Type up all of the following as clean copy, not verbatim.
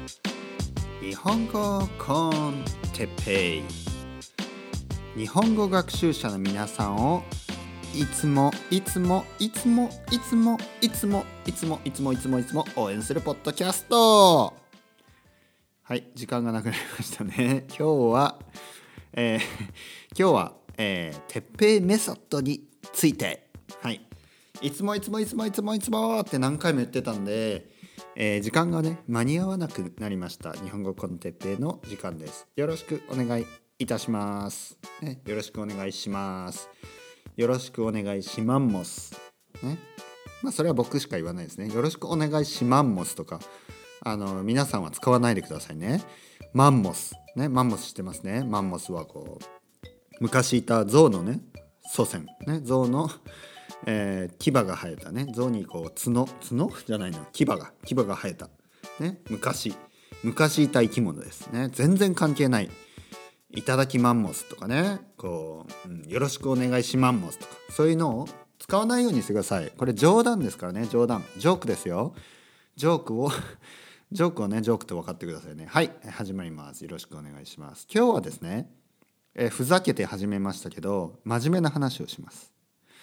日本語コンテッペイ。日本語学習者の皆さんをいつも応援するポッドキャスト。はい、時間がなくなりましたね。今日は、テッペイメソッドについて、はい、いつもって何回も言ってたんで、時間がね間に合わなくなりました。日本語コンテッペイの時間です。よろしくお願いいたします、ね、よろしくお願いします。よろしくお願いしマンモス、ね、それは僕しか言わないですね。よろしくお願いしマンモスとか皆さんは使わないでくださいね。マンモス、ね、マンモス知ってますね。マンモスはこう昔いた象のね祖先、ね、象の牙が生えたね、象にこう角じゃないの、牙が生えた、ね、昔いた生き物ですね。全然関係ない。いただきマンモスとかね、こう、よろしくお願いしマンモスとか、そういうのを使わないようにしてください。これ冗談ですからね。冗談、ジョークですよ。ジョークをジョークと分かってくださいね。はい、始まります。よろしくお願いします。今日はですね、ふざけて始めましたけど真面目な話をします。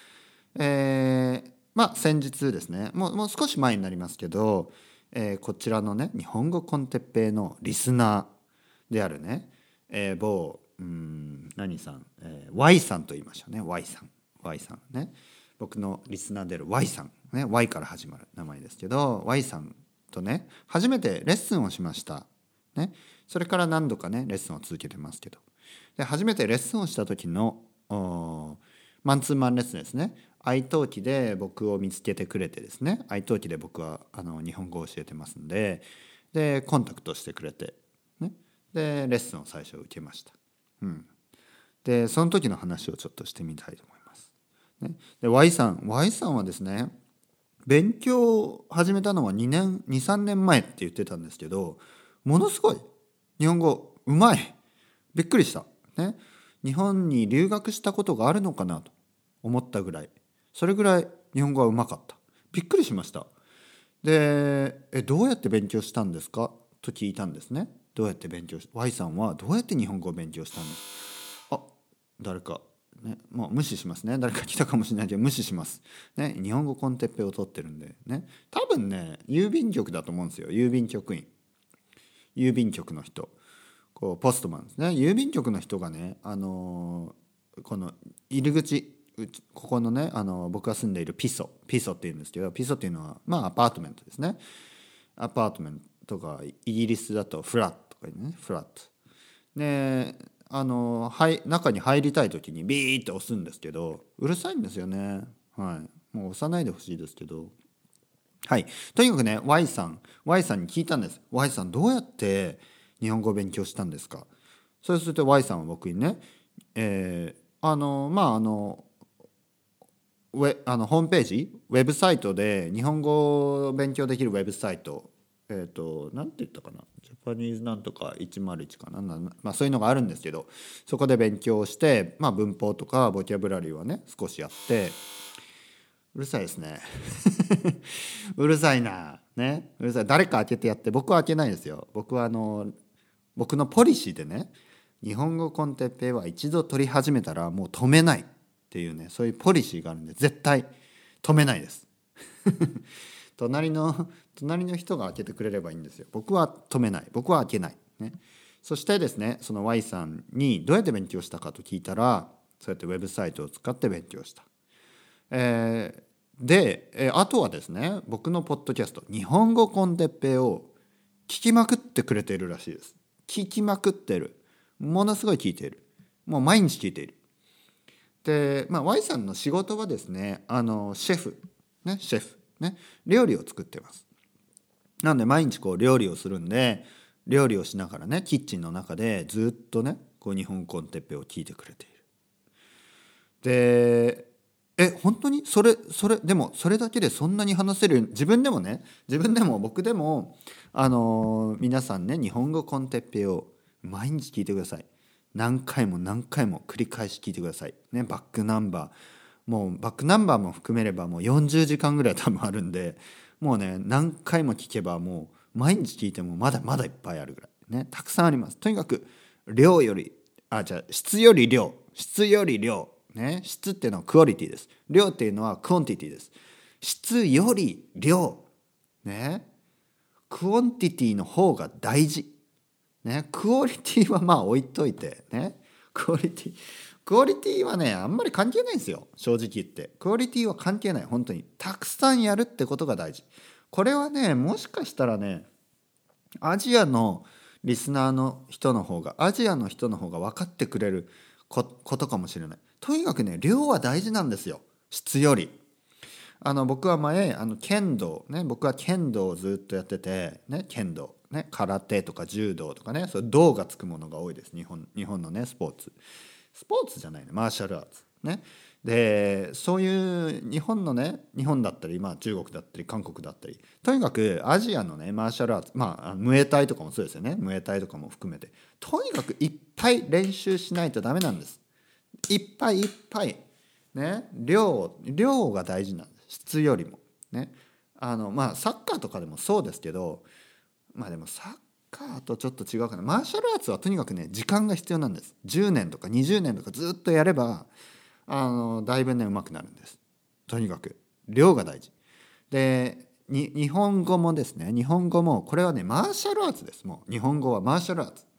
先日ですね、もう少し前になりますけど、こちらのね日本語コンテッペイのリスナーであるね、某何さん、Y さんと言いましょうね。Y さんね、僕のリスナーである Y さんね、Y から始まる名前ですけど、 Y さんとね初めてレッスンをしましたね。それから何度かねレッスンを続けてますけど、で初めてレッスンをした時のマンツーマンレッスンですね。iTalki で僕を見つけてくれてですね、iTalki で僕は日本語を教えてますんで、コンタクトしてくれて、ね、でレッスンを最初受けました。でその時の話をちょっとしてみたいと思います、ね。で Y さんはですね、勉強を始めたのは2、3年前って言ってたんですけど、ものすごい日本語うまい。びっくりした、ね。日本に留学したことがあるのかなと思ったぐらい、それぐらい日本語はうまかった。びっくりしました。でどうやって勉強したんですかと聞いたんですね。どうやって勉強し Y さんはどうやって日本語を勉強したんですか。誰かね、もう無視しますね。誰か来たかもしれないけど無視します、ね、日本語コンテッペを取ってるんでね。多分ね郵便局だと思うんですよ。郵便局の人、こうポストマンですね。郵便局の人がね、この入り口、ここのね僕が住んでいるピソっていうんですけど、ピソっていうのはアパートメントですね。アパートメントがイギリスだとフラットとかね、フラットで中に入りたい時にビーって押すんですけど、うるさいんですよね。はい、もう押さないでほしいですけど、はい、とにかくね Y さんに聞いたんです。 Y さんどうやって日本語を勉強したんですか。そうすると Y さんは僕にね、ホームページ、ウェブサイトで日本語を勉強できるウェブサイト、なんて言ったかな、ジャパニーズなんとか101かな、そういうのがあるんですけど、そこで勉強して、文法とかボキャブラリーはね少しやって、うるさいですねうるさいな、ね、うるさい。誰か開けてやって。僕は開けないですよ。僕は僕のポリシーでね、日本語コンテッペイは一度取り始めたらもう止めないっていうね、そういうポリシーがあるんで絶対止めないです隣の人が開けてくれればいいんですよ。僕は止めない。僕は開けない、ね。そしてですね、その Y さんにどうやって勉強したかと聞いたら、そうやってウェブサイトを使って勉強した。あとはですね、僕のポッドキャスト日本語コンテッペイを聞きまくってくれているらしいです。聞きまくってる。ものすごい聞いている。もう毎日聞いている。で、Y さんの仕事はですね、シェフね、料理を作ってます。なので毎日こう料理をするんで、料理をしながらねキッチンの中でずっとねこう日本コンテッペイを聞いてくれている。で本当にでもそれだけでそんなに話せる。自分でも僕でも皆さんね日本語コンテッペイを毎日聞いてください。何回も繰り返し聞いてくださいね。バックナンバーも含めればもう40時間ぐらい多分あるんで、もうね何回も聞けばも毎日聞いてもまだまだいっぱいあるぐらいね、たくさんあります。とにかく量より質より量、質より量ね、質っていうのはクオリティです。量っていうのはクオンティティです。質より量ね、クオンティティの方が大事ね。クオリティはまあ置いといてね、クオリティはねあんまり関係ないんですよ、正直言って。クオリティは関係ない。本当にたくさんやるってことが大事。これはね、もしかしたらね、アジアのリスナーの人の方が分かってくれることかもしれない。とにかくね、量は大事なんですよ、質より。僕は前剣道ね、僕は剣道をずっとやっててね、剣道ね、空手とか柔道とかね、それ道がつくものが多いです。日本のね、スポーツじゃないね、マーシャルアーツね。でそういう日本だったり、まあ、中国だったり韓国だったり、とにかくアジアのねマーシャルアーツ、まあムエタイとかもそうですよね。ムエタイとかも含めてとにかくいっぱい練習しないとダメなんです。いっぱいいっぱいね、量が大事なんです、質よりもね。まあサッカーとかでもそうですけど、まあでもサッカーとちょっと違うかな。マーシャルアーツはとにかくね時間が必要なんです。10年とか20年とかずっとやればだいぶね上手くなるんです。とにかく量が大事で、日本語もですね、日本語もこれはねマーシャルアーツです。もう日本語はマーシャルアーツ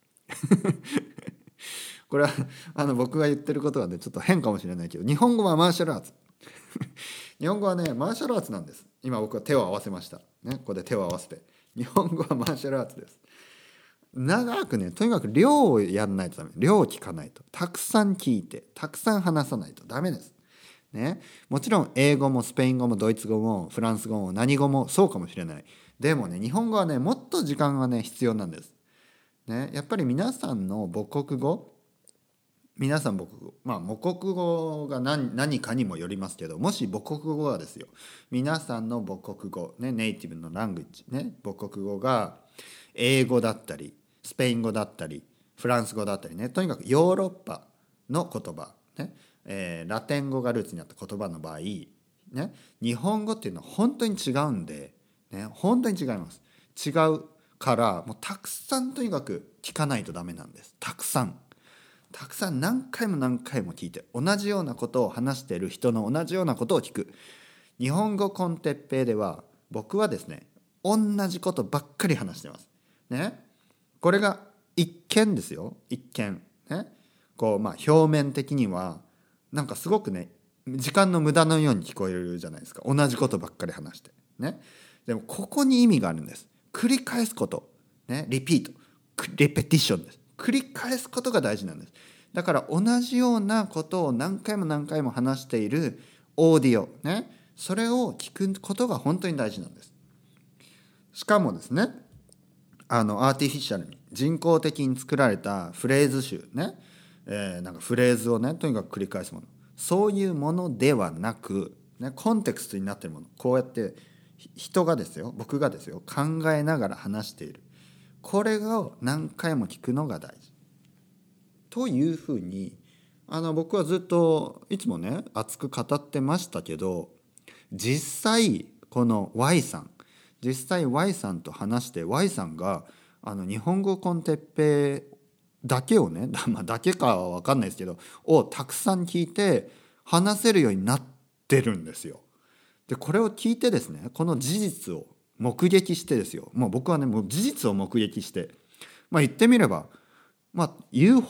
これは僕が言ってることはねちょっと変かもしれないけど、日本語はマーシャルアーツ日本語はねマーシャルアーツなんです。今僕は手を合わせましたね。ここで手を合わせて、日本語はマーシャルアーツです。長くね、とにかく量をやらないとダメ。量を聞かないと、たくさん聞いてたくさん話さないとダメですね。もちろん英語もスペイン語もドイツ語もフランス語も何語もそうかもしれない。でもね日本語はねもっと時間がね必要なんですね。やっぱり皆さんの母国語、まあ母国語が何かにもよりますけど、もし母国語はですよ、皆さんの母国語ね、ネイティブのラングジね、母国語が英語だったりスペイン語だったりフランス語だったりね、とにかくヨーロッパの言葉ね、ラテン語がルーツにあった言葉の場合ね、日本語っていうのは本当に違うんで、ね、本当に違います。違うからもうたくさんとにかく聞かないとダメなんです。たくさん何回も何回も聞いて、同じようなことを話している人の同じようなことを聞く。日本語コンテッペイでは僕はですね同じことばっかり話してますね。これが一見ですよ、一見ね、こうまあ表面的にはなんかすごくね時間の無駄のように聞こえるじゃないですか、同じことばっかり話してね。でもここに意味があるんです。繰り返すことね、リピート、レペティションです。繰り返すことが大事なんです。だから同じようなことを何回も何回も話しているオーディオね、それを聞くことが本当に大事なんです。しかもですね、アーティフィシャルに人工的に作られたフレーズ集ね、なんかフレーズをねとにかく繰り返すもの、そういうものではなく、ね、コンテクストになっているもの、こうやって人がですよ、僕がですよ考えながら話している、これを何回も聞くのが大事というふうに僕はずっといつもね熱く語ってましたけど、実際この Y さん、Y さんと話して Y さんが日本語コンテッペイだけをねまあだけかは分かんないですけどをたくさん聞いて話せるようになってるんですよ。でこれを聞いてですね、この事実を目撃してですよ、もう僕はねもう事実を目撃して、まあ言ってみれば、まあ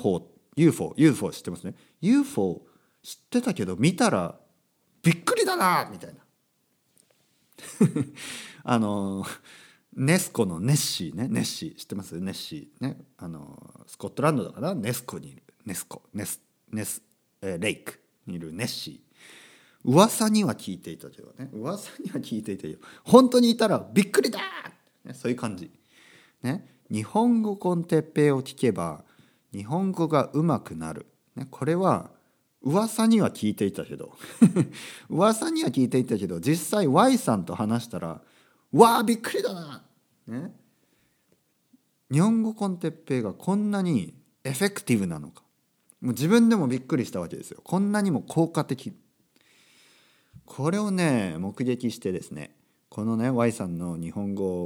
UFO 知ってますね。 UFO 知ってたけど見たらびっくりだなみたいなネスコのネッシーね、ネッシー知ってます？ネッシーね、スコットランドだからネスコにいるネス、レイクにいるネッシー、噂には聞いていたけどね、本当にいたらびっくりだ、ね、そういう感じね。日本語コンテッペイを聞けば日本語が上手くなる、ね、これは噂には聞いていたけど実際 Y さんと話したらわあびっくりだな、ね、日本語コンテッペイがこんなにエフェクティブなのか、もう自分でもびっくりしたわけですよ。こんなにも効果的、これをね目撃してですね、このね Y さんの日本語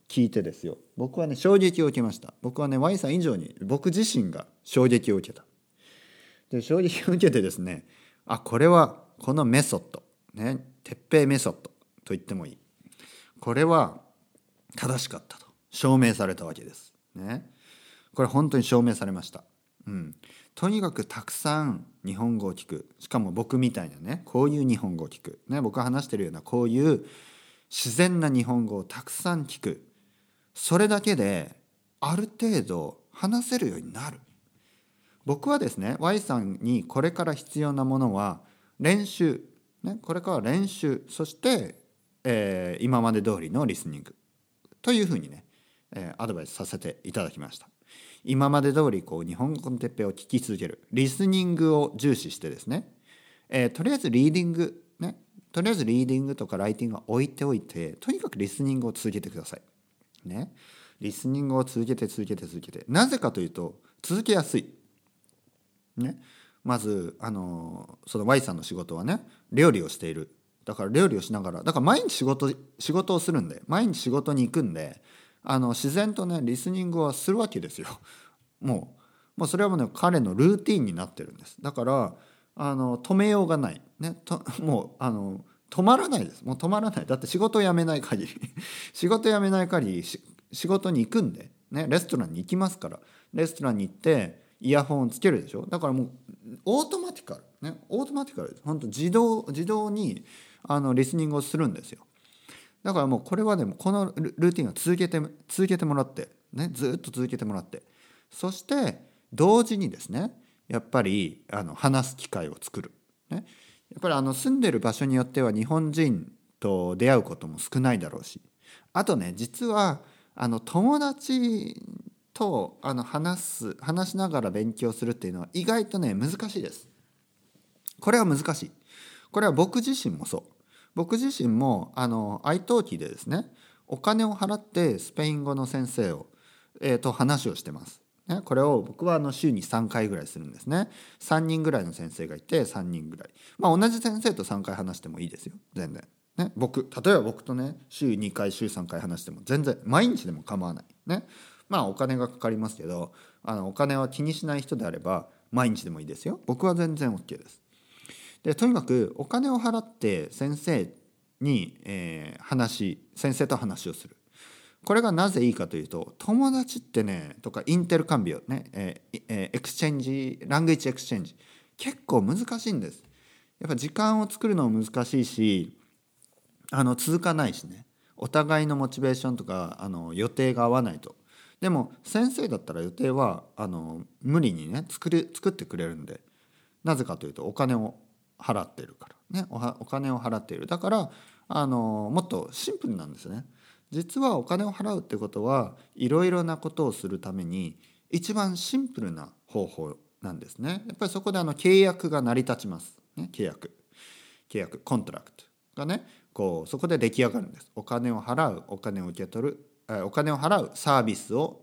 聞いてですよ、僕はね衝撃を受けました。僕はね Y さん以上に僕自身が衝撃を受けた。で衝撃を受けてですね、これはこのメソッドね、鉄平メソッドと言ってもいい、これは正しかったと証明されたわけですね。これ本当に証明されました。とにかくたくさん日本語を聞く、しかも僕みたいなねこういう日本語を聞く、僕が話してるようなこういう自然な日本語をたくさん聞く、それだけである程度話せるようになる。僕はですね Y さんにこれから必要なものは練習、これから練習、そして、今まで通りのリスニングというふうにね、アドバイスさせていただきました。今まで通り日本語コンテッペを聞き続ける、リスニングを重視してですね、とりあえずリーディングね、とりあえずリーディングとかライティングは置いておいて、とにかくリスニングを続けてくださいね。リスニングを続けて、なぜかというと続けやすいね。まずその Y さんの仕事はね料理をしている。だから料理をしながら、だから毎日仕事をするんで、毎日仕事に行くんで、自然とねリスニングはするわけですよ。もうそれはもうね彼のルーティンになってるんです。だから止めようがないね。もう止まらないです。もう止まらない。だって仕事を辞めない限り仕事辞めない限り仕事に行くんでね、レストランに行きますから、レストランに行ってイヤホンをつけるでしょ。だからもうオートマティカルね、オートマティカルです。本当自動にリスニングをするんですよ。だからもうこれはねこのルーティンを続けてもらってね、ずっと続けてもらって、そして同時にですねやっぱり話す機会を作る、ね、やっぱり住んでる場所によっては日本人と出会うことも少ないだろうし、あとね実は友達と話しながら勉強するっていうのは意外とね難しいです。これは難しい。これは僕自身もそう。僕自身もitalki でですねお金を払ってスペイン語の先生を、と話をしてます。ね、これを僕は週に3回ぐらいするんですね。3人ぐらいの先生がいて3人ぐらい。同じ先生と3回話してもいいですよ。全然。ね、例えば僕とね週2回週3回話しても全然毎日でも構わない。ね。お金がかかりますけどお金は気にしない人であれば毎日でもいいですよ。僕は全然 OK です。でとにかくお金を払って先生に、先生と話をする。これがなぜいいかというと、友達ってねとかインテルカンビオね、エクスチェンジランゲージエクスチェンジ結構難しいんです。やっぱ時間を作るのも難しいし続かないしね、お互いのモチベーションとか予定が合わないと。でも先生だったら予定は無理にね作ってくれるんで、なぜかというとお金を払っているからね、お金を払っている。だからもっとシンプルなんですね。実はお金を払うってことはいろいろなことをするために一番シンプルな方法なんですね。やっぱりそこで契約が成り立ちます、ね、契約コントラクトがねそこで出来上がるんです。お金を払う、お金を受け取る、お金を払うサービスを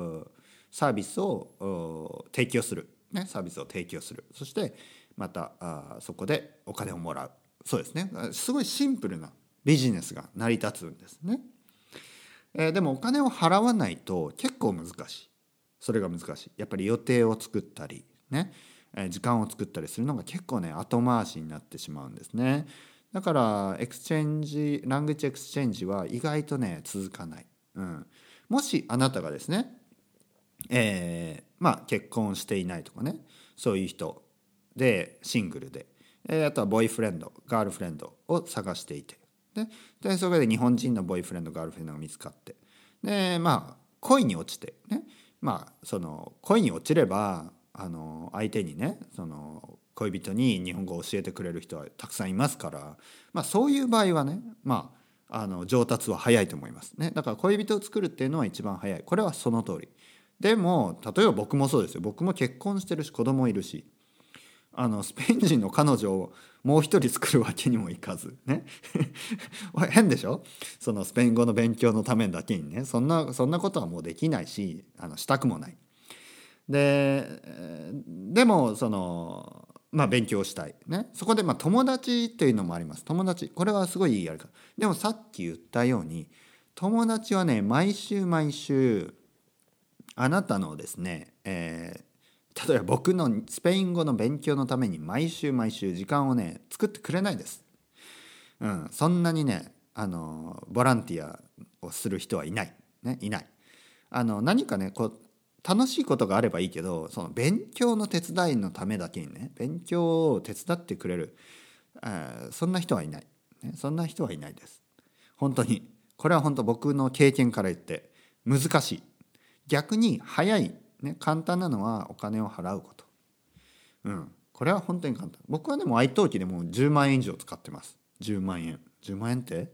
提供する、ね、サービスを提供する、そしてまたそこでお金をもらう。そうですね、すごいシンプルなビジネスが成り立つんですね。でもお金を払わないと結構難しい。それが難しい。やっぱり予定を作ったりね、時間を作ったりするのが結構ね後回しになってしまうんですね。だからランゲージエクスチェンジは意外とね続かない。もしあなたがですね、結婚していないとかね、そういう人でシングルで、あとはボーイフレンドガールフレンドを探していて、でそれで日本人のボーイフレンドガールフレンドが見つかって、で恋に落ちてね、その恋に落ちれば相手にね恋人に日本語を教えてくれる人はたくさんいますから、そういう場合はね上達は早いと思いますね。だから恋人を作るっていうのは一番早い。これはその通り。でも例えば僕もそうですよ。僕も結婚してるし子供いるし、スペイン人の彼女をもう一人作るわけにもいかずね変でしょ。そのスペイン語の勉強のためだけにねそんなことはもうできないししたくもない。でも勉強したいね。そこで友達っていうのもあります。友達これはすごいいいやり方。でもさっき言ったように友達はね、毎週毎週あなたのですね、例えば僕のスペイン語の勉強のために毎週毎週時間をね作ってくれないです。そんなにねボランティアをする人はいない、ね、いない。何かね楽しいことがあればいいけど、その勉強の手伝いのためだけにね勉強を手伝ってくれる、そんな人はいない、ね、そんな人はいないです。本当にこれは本当僕の経験から言って難しい。逆に早い、ね、簡単なのはお金を払うこと。これは本当に簡単。僕はでもiTalkiでもう10万円以上使ってます。10万円って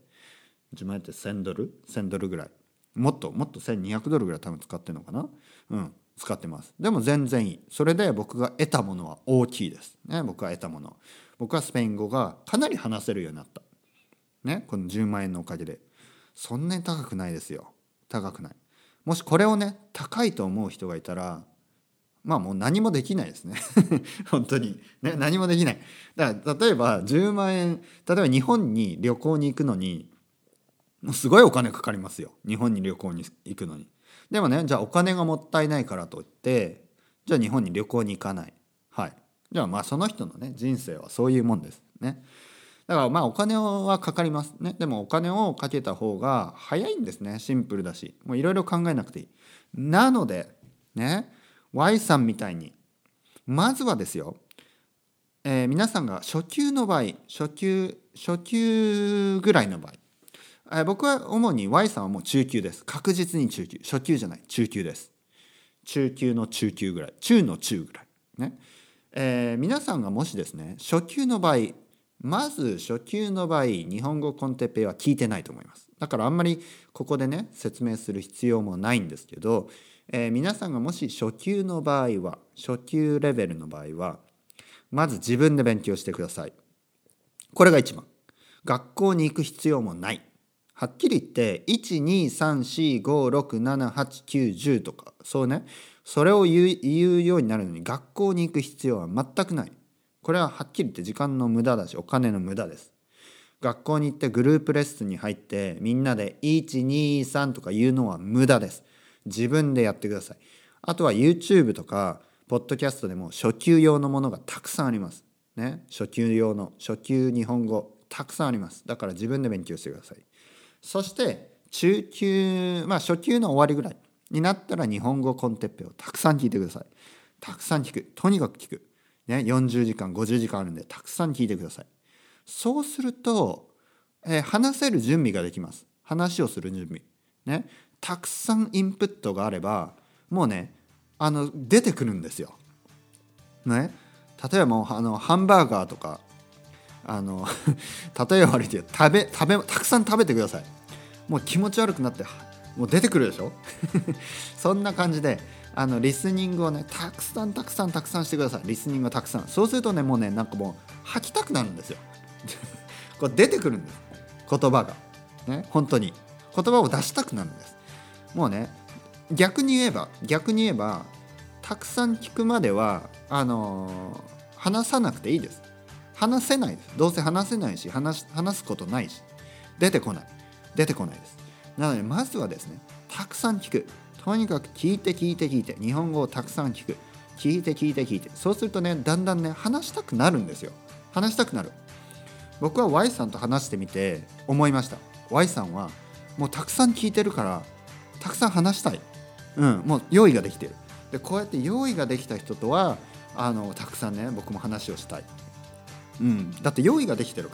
1000ドルぐらい、もっと1200ドルぐらい多分使ってるのかな。使ってます。でも全然いい。それで僕が得たものは大きいです、ね、僕はスペイン語がかなり話せるようになった、ね、この10万円のおかげで。そんなに高くないですよ。高くない。もしこれをね高いと思う人がいたら、もう何もできないですね本当にね、何もできない。だから例えば10万円、例えば日本に旅行に行くのにもうすごいお金かかりますよ。日本に旅行に行くのに。でもね、じゃあお金がもったいないからといってじゃあ日本に旅行に行かない。じゃあその人のね人生はそういうもんですね。だからお金はかかりますね。でもお金をかけた方が早いんですね。シンプルだし、もういろいろ考えなくていい。なのでね、Y さんみたいにまずはですよ、皆さんが初級の場合、初級ぐらいの場合、僕は主に Y さんはもう中級です。確実に中級。初級じゃない、中級です。中級の中級ぐらい、中の中ぐらいね。皆さんがもしですね初級の場合、まず初級の場合日本語コンテッペイは聞いてないと思います。だからあんまりここでね説明する必要もないんですけど、皆さんがもし初級の場合は、初級レベルの場合はまず自分で勉強してください。これが一番。学校に行く必要もない。はっきり言って12345678910とかそうね、それを言うようになるのに学校に行く必要は全くない。これははっきり言って時間の無駄だしお金の無駄です。学校に行ってグループレッスンに入ってみんなで123とか言うのは無駄です。自分でやってください。あとは YouTube とかポッドキャストでも初級用のものがたくさんありますね。初級日本語たくさんあります。だから自分で勉強してください。そして中級、初級の終わりぐらいになったら日本語コンテッペをたくさん聞いてください。たくさん聞く。とにかく聞く。ね、40時間、50時間あるんでたくさん聞いてください。そうすると、話せる準備ができます。話をする準備。ね、たくさんインプットがあればもうね出てくるんですよ。ね、例えばもうハンバーガーとか例えば悪いけどたくさん食べてください。もう気持ち悪くなってもう出てくるでしょそんな感じでリスニングをねたくさんしてください。リスニングをたくさん。そうするとねもうねなんかもう吐きたくなるんですよこれ出てくるんです、言葉がね。本当に言葉を出したくなるんです。もうね逆に言えばたくさん聞くまでは話さなくていいです。話せないです。どうせ話せないし話すことないし出てこないです。なのでまずはですねたくさん聞く。とにかく聞いて日本語をたくさん聞く。聞いてそうするとねだんだんね話したくなるんですよ。話したくなる。僕は Y さんと話してみて思いました。 Y さんはもうたくさん聞いてるからたくさん話したい、もう用意ができてる。でこうやって用意ができた人とはたくさんね僕も話をしたい、だって用意ができてるから、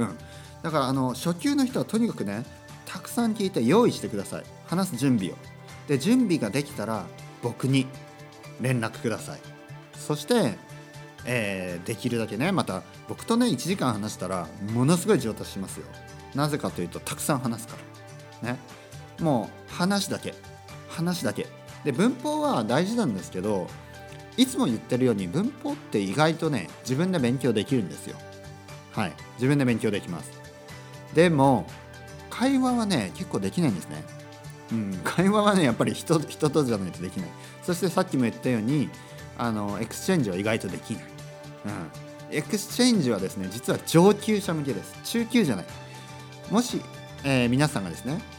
だから初級の人はとにかくねたくさん聞いて用意してください。話す準備を。で準備ができたら僕に連絡ください。そして、できるだけねまた僕とね1時間話したらものすごい上達しますよ。なぜかというとたくさん話すからね。もう話だけで文法は大事なんですけど、いつも言ってるように文法って意外とね自分で勉強できるんですよ。自分で勉強できます。でも会話はね結構できないんですね。会話はねやっぱり人とじゃないとできない。そしてさっきも言ったようにエクスチェンジは意外とできない、エクスチェンジはですね実は上級者向けです。中級じゃない。もし、皆さんがですね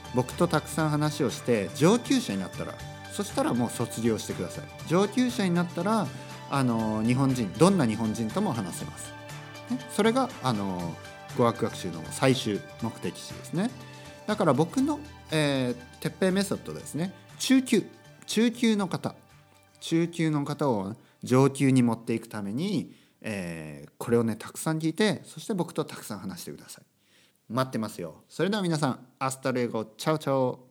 僕とたくさん話をして上級者になったら、そしたらもう卒業してください。上級者になったら日本人、どんな日本人とも話せます、ね、それが語学学習の最終目的地ですね。だから僕の、鉄平メソッドですね。中級の方を上級に持っていくために、これをねたくさん聞いて、そして僕とたくさん話してください。待ってますよ。それでは皆さん、アスタルエゴ、チャオチャオ。